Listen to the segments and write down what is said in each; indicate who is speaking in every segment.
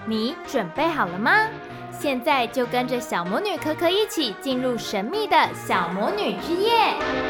Speaker 1: 你准备好了吗？现在就跟着小魔女可可一起进入神秘的小魔女之夜。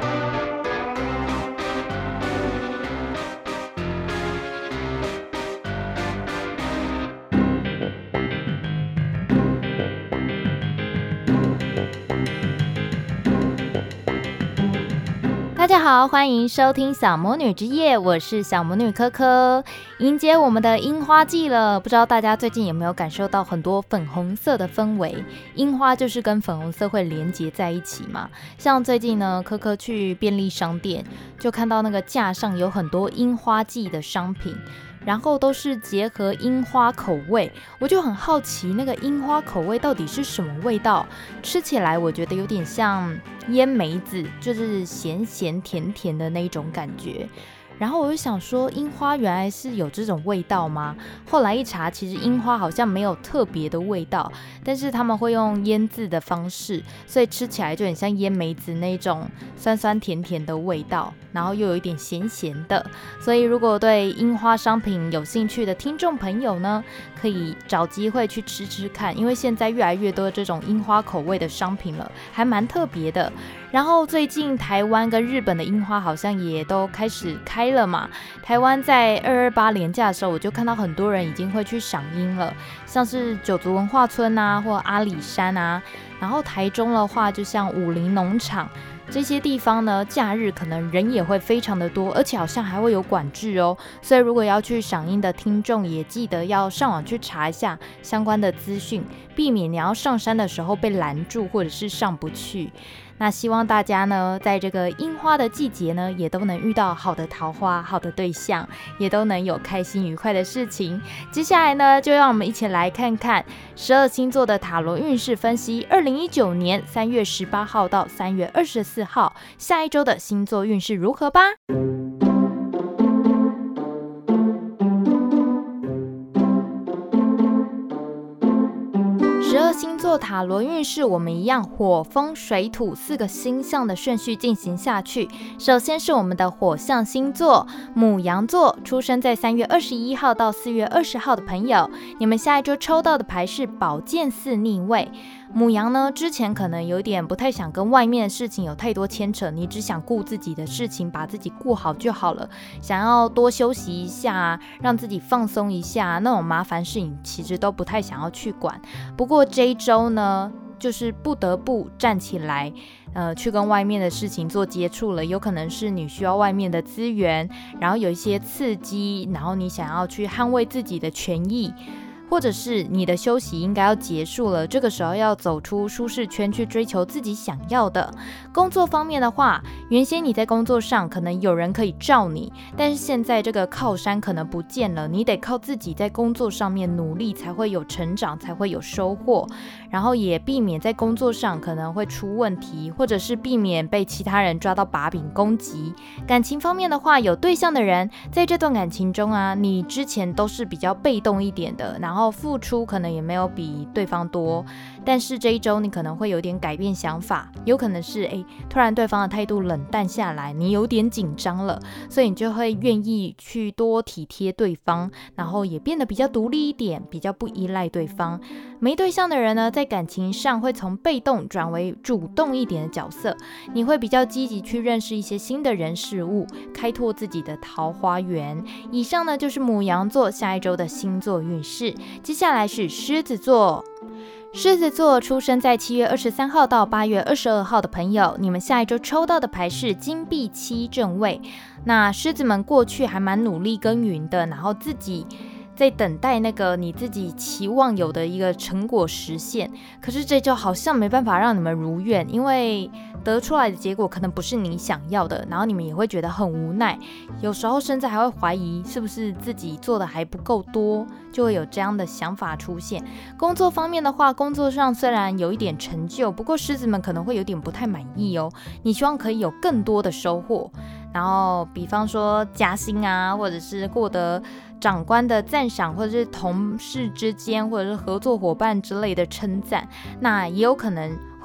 Speaker 1: 大家好，欢迎收听小魔女之夜，我是小魔女可可。迎接我们的樱花季了，不知道大家最近有没有感受到很多粉红色的氛围？樱花就是跟粉红色会连结在一起嘛。像最近呢，可可去便利商店就看到那个架上有很多樱花季的商品，然后都是结合樱花口味，我就很好奇那个樱花口味到底是什么味道。吃起来我觉得有点像腌梅子，就是咸咸甜甜的那种感觉。然后我就想说，樱花原来是有这种味道吗？后来一查，其实樱花好像没有特别的味道，但是他们会用腌制的方式，所以吃起来就很像腌梅子那种酸酸甜甜的味道，然后又有一点咸咸的。所以如果对樱花商品有兴趣的听众朋友呢，可以找机会去吃吃看，因为现在越来越多这种樱花口味的商品了，还蛮特别的。然后最近台湾跟日本的樱花好像也都开始开了嘛。台湾在228连假的时候，我就看到很多人已经会去赏樱了，像是九族文化村啊，或阿里山啊。然后台中的话，就像武陵农场这些地方呢，假日可能人也会非常的多，而且好像还会有管制哦。所以如果要去赏樱的听众，也记得要上网去查一下相关的资讯，避免你要上山的时候被拦住，或者是上不去。那希望大家呢，在这个樱花的季节呢，也都能遇到好的桃花、好的对象，也都能有开心愉快的事情。接下来呢，就让我们一起来看看12星座的塔罗运势分析，2019年3月18号到3月24号下一周的星座运势如何吧。12星座塔罗运势，我们一样火风水土4个星象的顺序进行下去。首先是我们的火象星座牡羊座，出生在3月21号到4月20号的朋友，你们下一周抽到的牌是宝剑4逆位。牡羊呢，之前可能有点不太想跟外面的事情有太多牵扯，你只想顾自己的事情，把自己顾好就好了，想要多休息一下，让自己放松一下，那种麻烦事情其实都不太想要去管。不过这一周呢，就是不得不站起来去跟外面的事情做接触了，有可能是你需要外面的资源，然后有一些刺激，然后你想要去捍卫自己的权益，或者是你的休息应该要结束了，这个时候要走出舒适圈去追求自己想要的。工作方面的话，原先你在工作上可能有人可以罩你，但是现在这个靠山可能不见了，你得靠自己在工作上面努力，才会有成长，才会有收获。然后也避免在工作上可能会出问题，或者是避免被其他人抓到把柄攻击。感情方面的话，有对象的人在这段感情中啊，你之前都是比较被动一点的，然后付出可能也没有比对方多，但是这一周你可能会有点改变想法，有可能是突然对方的态度冷淡下来，你有点紧张了，所以你就会愿意去多体贴对方，然后也变得比较独立一点，比较不依赖对方。没对象的人呢，在感情上会从被动转为主动一点的角色，你会比较积极去认识一些新的人事物，开拓自己的桃花源。以上呢就是牡羊座下一周的星座运势。接下来是狮子座。狮子座出生在7月23号到8月22号的朋友，你们下一周抽到的牌是金币7正位。那狮子们过去还蛮努力耕耘的，然后自己在等待那个你自己期望有的一个成果实现，可是这周好像没办法让你们如愿，因为得出来的结果可能不是你想要的，然后你们也会觉得很无奈，有时候甚至还会怀疑是不是自己做的还不够多，就会有这样的想法出现。工作方面的话，工作上虽然有一点成就，不过狮子们可能会有点不太满意哦，你希望可以有更多的收获，然后比方说加薪啊，或者是获得长官的赞赏，或者是同事之间或者是合作伙伴之类的称赞，那也有可能会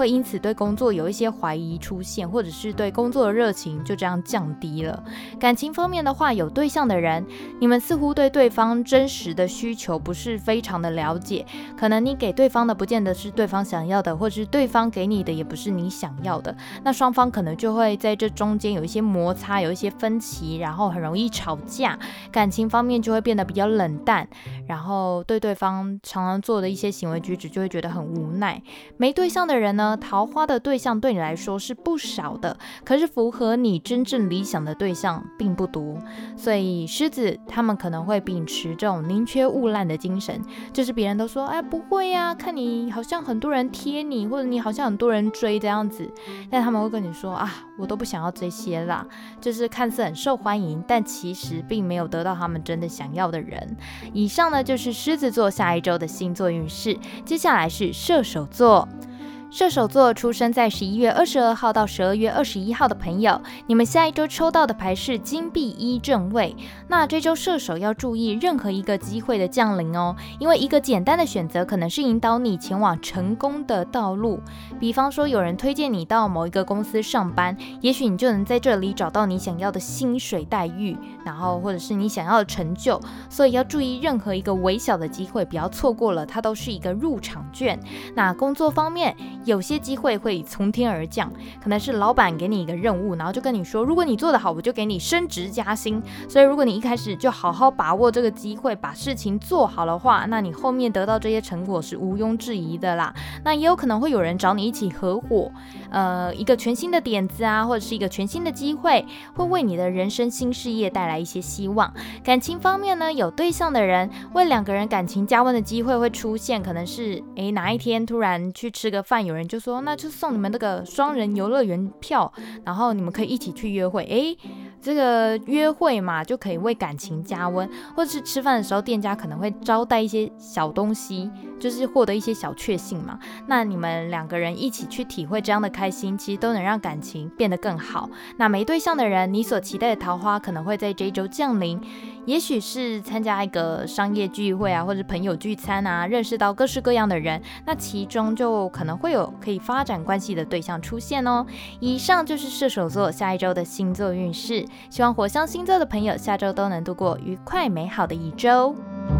Speaker 1: 会因此对工作有一些怀疑出现，或者是对工作的热情就这样降低了。感情方面的话，有对象的人，你们似乎对对方真实的需求不是非常的了解，可能你给对方的不见得是对方想要的，或者是对方给你的也不是你想要的，那双方可能就会在这中间有一些摩擦，有一些分歧，然后很容易吵架，感情方面就会变得比较冷淡，然后对对方常常做的一些行为举止就会觉得很无奈。没对象的人呢，桃花的对象对你来说是不少的，可是符合你真正理想的对象并不多，所以狮子他们可能会秉持这种宁缺毋滥的精神，就是别人都说不会啊，看你好像很多人贴你，或者你好像很多人追这样子，但他们会跟你说我都不想要这些啦，就是看似很受欢迎，但其实并没有得到他们真的想要的人。以上呢就是狮子座下一周的星座运势，接下来是射手座。射手座出生在11月22号到12月21号的朋友，你们下一周抽到的牌是金币一正位。那这周射手要注意任何一个机会的降临哦，因为一个简单的选择可能是引导你前往成功的道路。比方说有人推荐你到某一个公司上班，也许你就能在这里找到你想要的薪水待遇，然后或者是你想要的成就。所以要注意任何一个微小的机会，不要错过了，它都是一个入场券。那工作方面，有些机会会从天而降，可能是老板给你一个任务，然后就跟你说，如果你做得好，我就给你升职加薪。所以如果你一开始就好好把握这个机会，把事情做好的话，那你后面得到这些成果是毋庸置疑的啦。那也有可能会有人找你一起合伙，一个全新的点子啊，或者是一个全新的机会，会为你的人生新事业带来一些希望。感情方面呢，有对象的人，为两个人感情加温的机会会出现，可能是哪一天突然去吃个饭，有人就说那就送你们那个双人游乐园票，然后你们可以一起去约会。这个约会嘛，就可以为感情加温，或者是吃饭的时候，店家可能会招待一些小东西，就是获得一些小确幸嘛。那你们两个人一起去体会这样的开心，其实都能让感情变得更好。那没对象的人，你所期待的桃花可能会在这一周降临，也许是参加一个商业聚会啊，或者朋友聚餐啊，认识到各式各样的人，那其中就可能会有可以发展关系的对象出现哦。以上就是射手座下一周的星座运势，希望火象星座的朋友下周都能度过愉快美好的一周。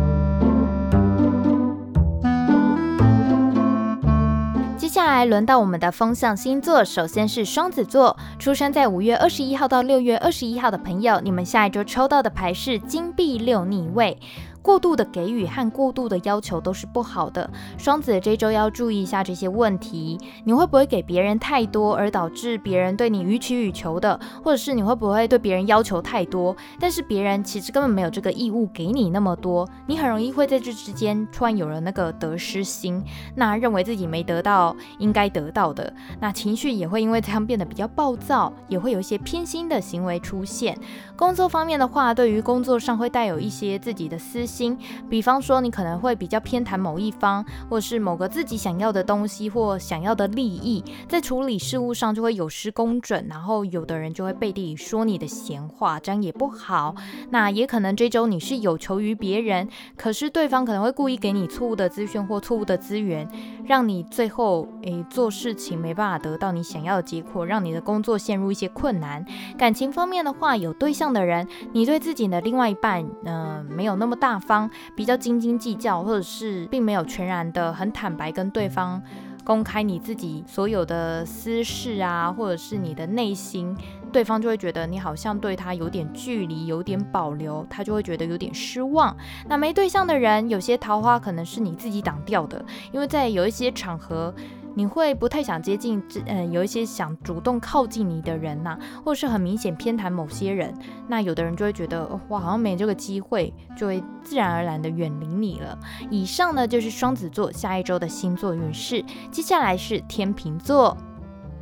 Speaker 1: 接下来轮到我们的风象星座，首先是双子座，出生在5月21号到6月21号的朋友，你们下一周抽到的牌是金币六逆位。过度的给予和过度的要求都是不好的，双子这周要注意一下这些问题。你会不会给别人太多，而导致别人对你予取予求的，或者是你会不会对别人要求太多，但是别人其实根本没有这个义务给你那么多，你很容易会在这之间突然有了那个得失心，那认为自己没得到应该得到的，那情绪也会因为这样变得比较暴躁，也会有一些偏心的行为出现。工作方面的话，对于工作上会带有一些自己的私心，比方说你可能会比较偏袒某一方，或是某个自己想要的东西或想要的利益，在处理事务上就会有失公准，然后有的人就会背地里说你的闲话，这样也不好。那也可能这周你是有求于别人，可是对方可能会故意给你错误的资讯或错误的资源，让你最后做事情没办法得到你想要的结果，让你的工作陷入一些困难。感情方面的话，有对象的人，你对自己的另外一半没有那么大方，比较斤斤计较，或者是并没有全然的很坦白跟对方公开你自己所有的私事啊，或者是你的内心，对方就会觉得你好像对他有点距离，有点保留，他就会觉得有点失望。那没对象的人，有些桃花可能是你自己挡掉的，因为在有一些场合你会不太想接近有一些想主动靠近你的人啊，或者是很明显偏袒某些人，那有的人就会觉得哇好像没这个机会，就会自然而然的远离你了。以上呢就是双子座下一周的星座运势，接下来是天秤座。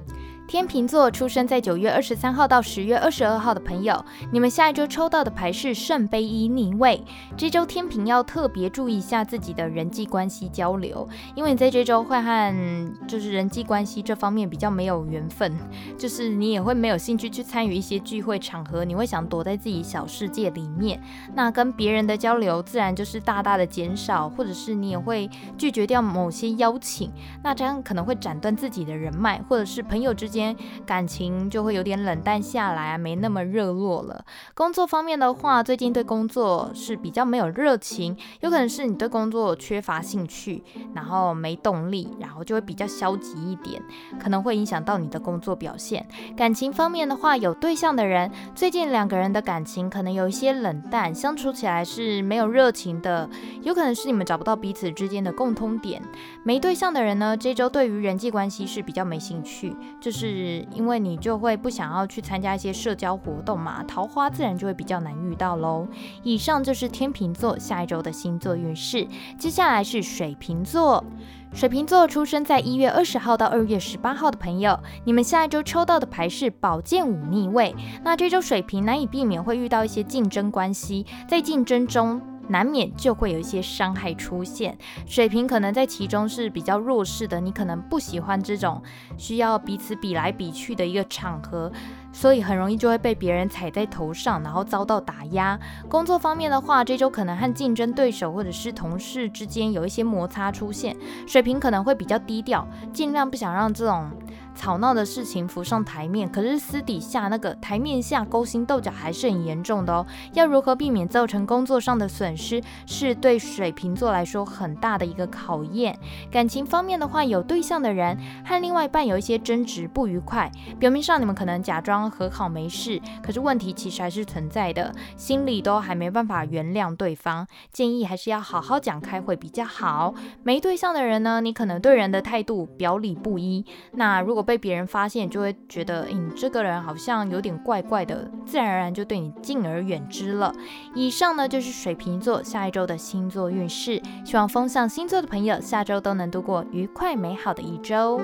Speaker 1: 天秤座出生在9月23号到10月22号的朋友，你们下一周抽到的牌是圣杯一逆位。这周天秤要特别注意一下自己的人际关系交流，因为你在这周会和人际关系这方面比较没有缘分，你也会没有兴趣去参与一些聚会场合，你会想躲在自己小世界里面，那跟别人的交流自然就是大大的减少，或者是你也会拒绝掉某些邀请，那这样可能会斩断自己的人脉，或者是朋友之间感情就会有点冷淡下来，没那么热络了。工作方面的话，最近对工作是比较没有热情，有可能是你对工作缺乏兴趣，然后没动力，然后就会比较消极一点，可能会影响到你的工作表现。感情方面的话，有对象的人，最近2个人的感情可能有一些冷淡，相处起来是没有热情的，有可能是你们找不到彼此之间的共通点。没对象的人呢，这周对于人际关系是比较没兴趣，因为你就会不想要去参加一些社交活动嘛，桃花自然就会比较难遇到咯。以上就是天秤座下一周的星座运势，接下来是水瓶座。水瓶座出生在1月20号到2月18号的朋友，你们下一周抽到的牌是宝剑五逆位。那这周水瓶难以避免会遇到一些竞争关系，在竞争中难免就会有一些伤害出现，水瓶可能在其中是比较弱势的，你可能不喜欢这种需要彼此比来比去的一个场合，所以很容易就会被别人踩在头上，然后遭到打压。工作方面的话，这周可能和竞争对手或者是同事之间有一些摩擦出现，水瓶可能会比较低调，尽量不想让这种吵闹的事情浮上台面，可是私底下那个台面下勾心斗角还是很严重的哦。要如何避免造成工作上的损失，是对水瓶座来说很大的一个考验。感情方面的话，有对象的人和另外一半有一些争执不愉快，表面上你们可能假装和好没事，可是问题其实还是存在的，心里都还没办法原谅对方，建议还是要好好讲开会比较好。没对象的人呢，你可能对人的态度表里不一，那如果被别人发现，就会觉得你这个人好像有点怪怪的，自然而然就对你敬而远之了。以上呢就是水瓶座下一周的星座运势，希望风象星座的朋友下周都能度过愉快美好的一周。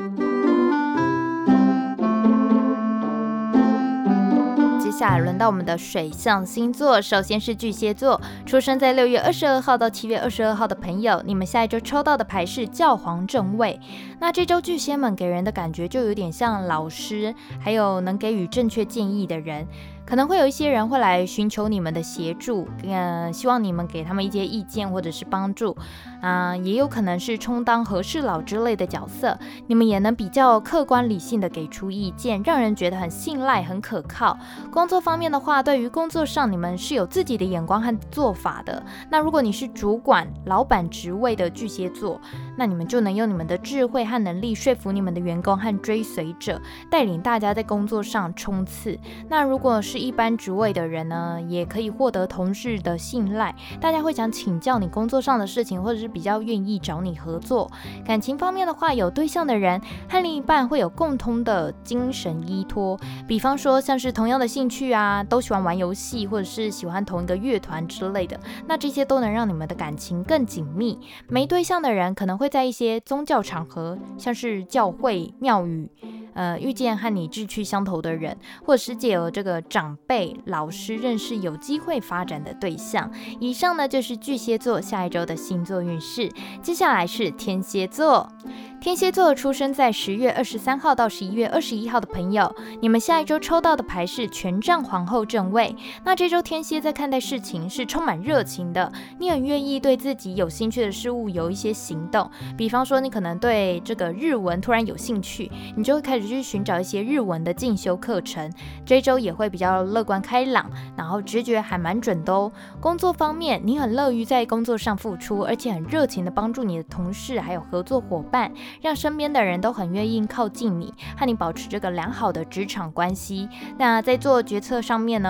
Speaker 1: 接下来轮到我们的水象星座，首先是巨蟹座，出生在6月22号到7月22号的朋友，你们下一周抽到的牌是教皇正位。那这周巨蟹们给人的感觉就有点像老师，还有能给予正确建议的人，可能会有一些人会来寻求你们的协助，希望你们给他们一些意见或者是帮助，也有可能是充当和事佬之类的角色，你们也能比较客观理性的给出意见，让人觉得很信赖很可靠。工作方面的话，对于工作上你们是有自己的眼光和做法的，那如果你是主管老板职位的巨蟹座，那你们就能用你们的智慧和能力说服你们的员工和追随者，带领大家在工作上冲刺。那如果是一般职位的人呢，也可以获得同事的信赖，大家会想请教你工作上的事情，或者是比较愿意找你合作。感情方面的话，有对象的人和另一半会有共通的精神依托，比方说像是同样的兴趣都喜欢玩游戏，或者是喜欢同一个乐团之类的，那这些都能让你们的感情更紧密。没对象的人可能会在一些宗教场合，像是教会庙宇遇见和你志趣相投的人，或者是借由这个长辈老师认识有机会发展的对象。以上呢就是巨蟹座下一周的星座运势，接下来是天蝎座。天蝎座出生在10月23号到11月21号的朋友，你们下一周抽到的牌是权杖皇后正位。那这周天蝎在看待事情是充满热情的，你很愿意对自己有兴趣的事物有一些行动，比方说你可能对这个日文突然有兴趣，你就会开始去寻找一些日文的进修课程。这周也会比较乐观开朗，然后直觉还蛮准的哦。工作方面，你很乐于在工作上付出，而且很热情的帮助你的同事还有合作伙伴，让身边的人都很愿意靠近你，和你保持这个良好的职场关系。那在做决策上面呢，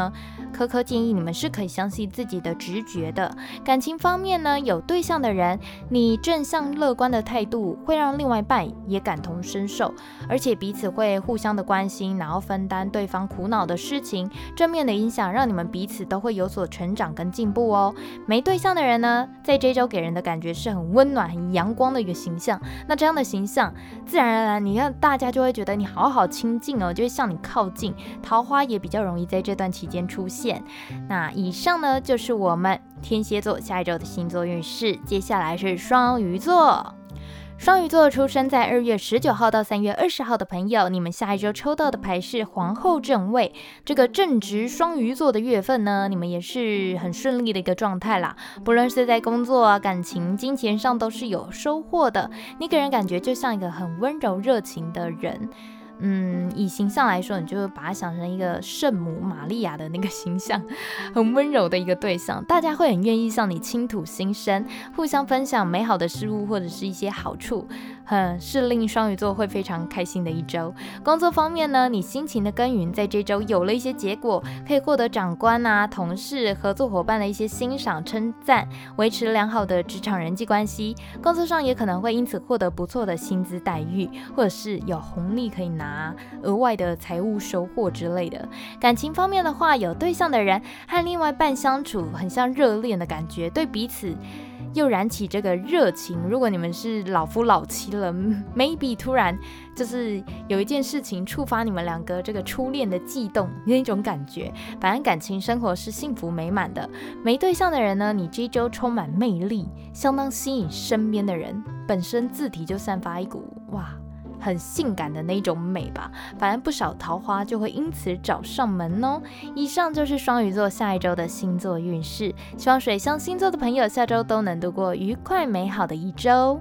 Speaker 1: 科科建议你们是可以相信自己的直觉的。感情方面呢，有对象的人，你正向乐观的态度会让另外一半也感同身受，而且彼此会互相的关心，然后分担对方苦恼的事情，正面的影响让你们彼此都会有所成长跟进步哦。没对象的人呢，在这周给人的感觉是很温暖、很阳光的一个形象。那这样的形象，自然而然，你看大家就会觉得你好好亲近哦，就会向你靠近，桃花也比较容易在这段期间出现。那以上呢，就是我们天蝎座下一周的星座运势。接下来是双鱼座。双鱼座出生在2月19号到3月20号的朋友，你们下一周抽到的牌是皇后正位。这个正值双鱼座的月份呢，你们也是很顺利的一个状态啦，不论是在工作、感情、金钱上都是有收获的。你给人感觉就像一个很温柔热情的人。以形象来说，你就把它想成一个圣母玛利亚的那个形象，很温柔的一个对象，大家会很愿意向你倾吐心声，互相分享美好的事物或者是一些好处，是令双鱼座会非常开心的一周。工作方面呢，你辛勤的耕耘，在这周有了一些结果，可以获得长官啊、同事、合作伙伴的一些欣赏称赞，维持良好的职场人际关系。工作上也可能会因此获得不错的薪资待遇，或者是有红利可以拿额外的财务收获之类的。感情方面的话，有对象的人和另外一半相处很像热恋的感觉，对彼此又燃起这个热情。如果你们是老夫老妻了 ，maybe 突然就是有一件事情触发你们两个这个初恋的悸动那种感觉，反正感情生活是幸福美满的。没对象的人呢，你这一周充满魅力，相当吸引身边的人，本身字体就散发一股很性感的那种美吧，反正不少桃花就会因此找上门哦。以上就是双鱼座下一周的星座运势，希望水象星座的朋友下周都能度过愉快美好的一周。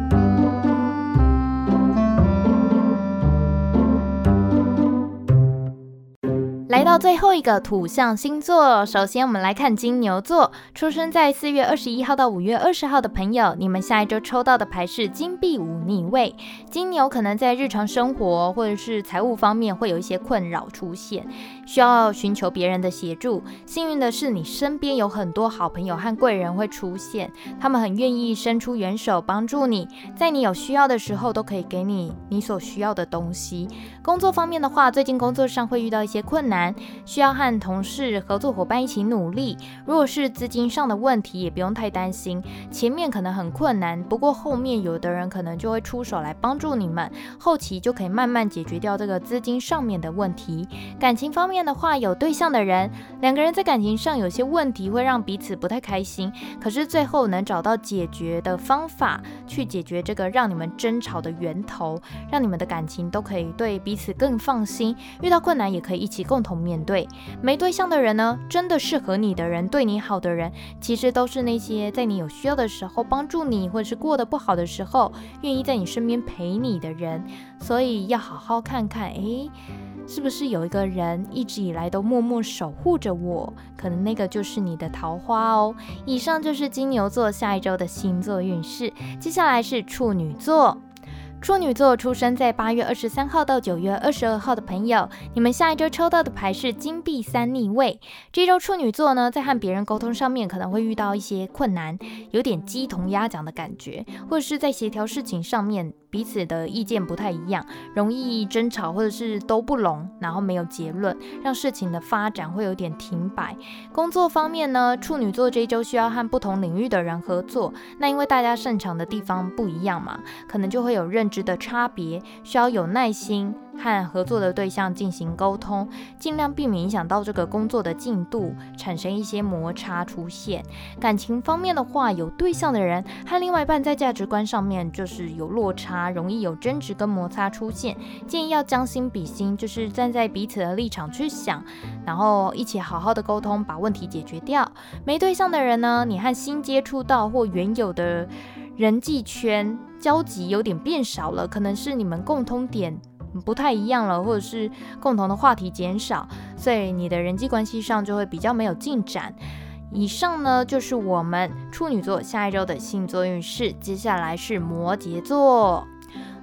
Speaker 1: 来到最后一个土象星座，首先我们来看金牛座，出生在4月21号到5月20号的朋友，你们下一周抽到的牌是金币5逆位。金牛可能在日常生活或者是财务方面会有一些困扰出现，需要寻求别人的协助。幸运的是，你身边有很多好朋友和贵人会出现，他们很愿意伸出援手帮助你，在你有需要的时候都可以给你所需要的东西。工作方面的话，最近工作上会遇到一些困难，需要和同事、合作伙伴一起努力。如果是资金上的问题，也不用太担心，前面可能很困难，不过后面有的人可能就会出手来帮助你们，后期就可以慢慢解决掉这个资金上面的问题。感情方面的话，有对象的人，两个人在感情上有些问题会让彼此不太开心，可是最后能找到解决的方法，去解决这个让你们争吵的源头，让你们的感情都可以对彼此更放心，遇到困难也可以一起共同面对。没对象的人呢，真的适合你的人，对你好的人，其实都是那些在你有需要的时候帮助你，或者是过得不好的时候愿意在你身边陪你的人。所以要好好看看，是不是有一个人一直以来都默默守护着我，可能那个就是你的桃花哦。以上就是金牛座下一周的星座运势，接下来是处女座。处女座出生在8月23号到9月22号的朋友，你们下一周抽到的牌是金币3逆位。这周处女座呢，在和别人沟通上面可能会遇到一些困难，有点鸡同鸭讲的感觉，或者是在协调事情上面彼此的意见不太一样，容易争吵或者是都不拢，然后没有结论，让事情的发展会有点停摆。工作方面呢，处女座这一周需要和不同领域的人合作，那因为大家擅长的地方不一样嘛，可能就会有认知的差别，需要有耐心和合作的对象进行沟通，尽量避免影响到这个工作的进度，产生一些摩擦出现。感情方面的话，有对象的人和另外一半在价值观上面就是有落差，容易有争执跟摩擦出现，建议要将心比心，就是站在彼此的立场去想，然后一起好好的沟通，把问题解决掉。没对象的人呢，你和新接触到或原有的人际圈交集有点变少了，可能是你们共通点不太一样了，或者是共同的话题减少，所以你的人际关系上就会比较没有进展。以上呢就是我们处女座下一周的星座运势，接下来是摩羯座。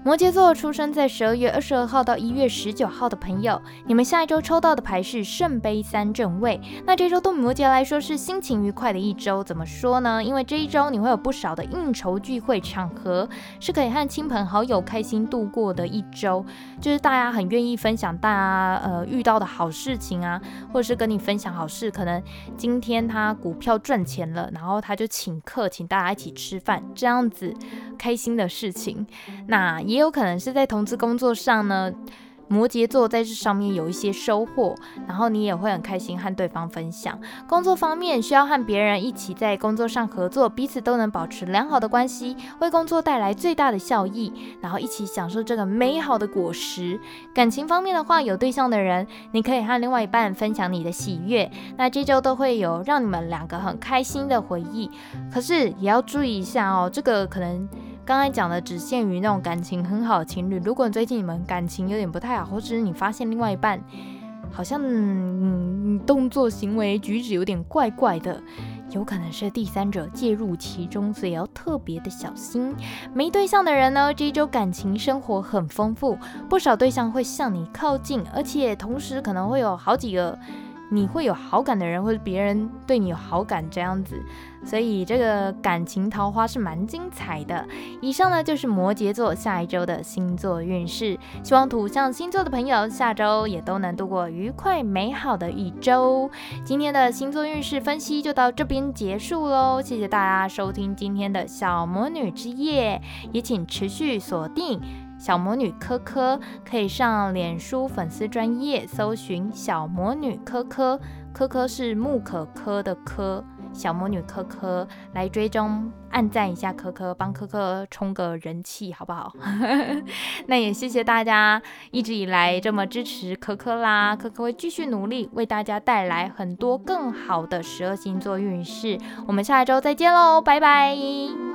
Speaker 1: 摩羯座出生在12月22号到1月19号的朋友，你们下一周抽到的牌是圣杯3正位。那这周对摩羯来说是心情愉快的一周，怎么说呢？因为这一周你会有不少的应酬聚会场合，是可以和亲朋好友开心度过的一周，就是大家很愿意分享大家遇到的好事情啊，或者是跟你分享好事，可能今天他股票赚钱了，然后他就请客请大家一起吃饭，这样子开心的事情。那也有可能是在同志工作上呢，摩羯座在这上面有一些收获，然后你也会很开心和对方分享。工作方面需要和别人一起在工作上合作，彼此都能保持良好的关系，为工作带来最大的效益，然后一起享受这个美好的果实。感情方面的话，有对象的人，你可以和另外一半分享你的喜悦，那这周都会有让你们两个很开心的回忆。可是也要注意一下哦，这个可能刚才讲的只限于那种感情很好的情侣，如果最近你们感情有点不太好，或者是你发现另外一半好像动作行为举止有点怪怪的，有可能是第三者介入其中，所以要特别的小心。没对象的人呢，这一周感情生活很丰富，不少对象会向你靠近，而且同时可能会有好几个你会有好感的人，或者别人对你有好感这样子，所以这个感情桃花是蛮精彩的。以上呢就是摩羯座下一周的星座运势，希望土象星座的朋友下周也都能度过愉快美好的一周。今天的星座运势分析就到这边结束咯，谢谢大家收听今天的小魔女之夜，也请持续锁定小魔女科科，可以上脸书粉丝专页搜寻小魔女科科，科科是木可科的科，小魔女科科来追踪按赞一下科科，帮科科冲个人气好不好？那也谢谢大家一直以来这么支持科科啦，科科会继续努力为大家带来很多更好的12星座运势，我们下一周再见咯，拜拜。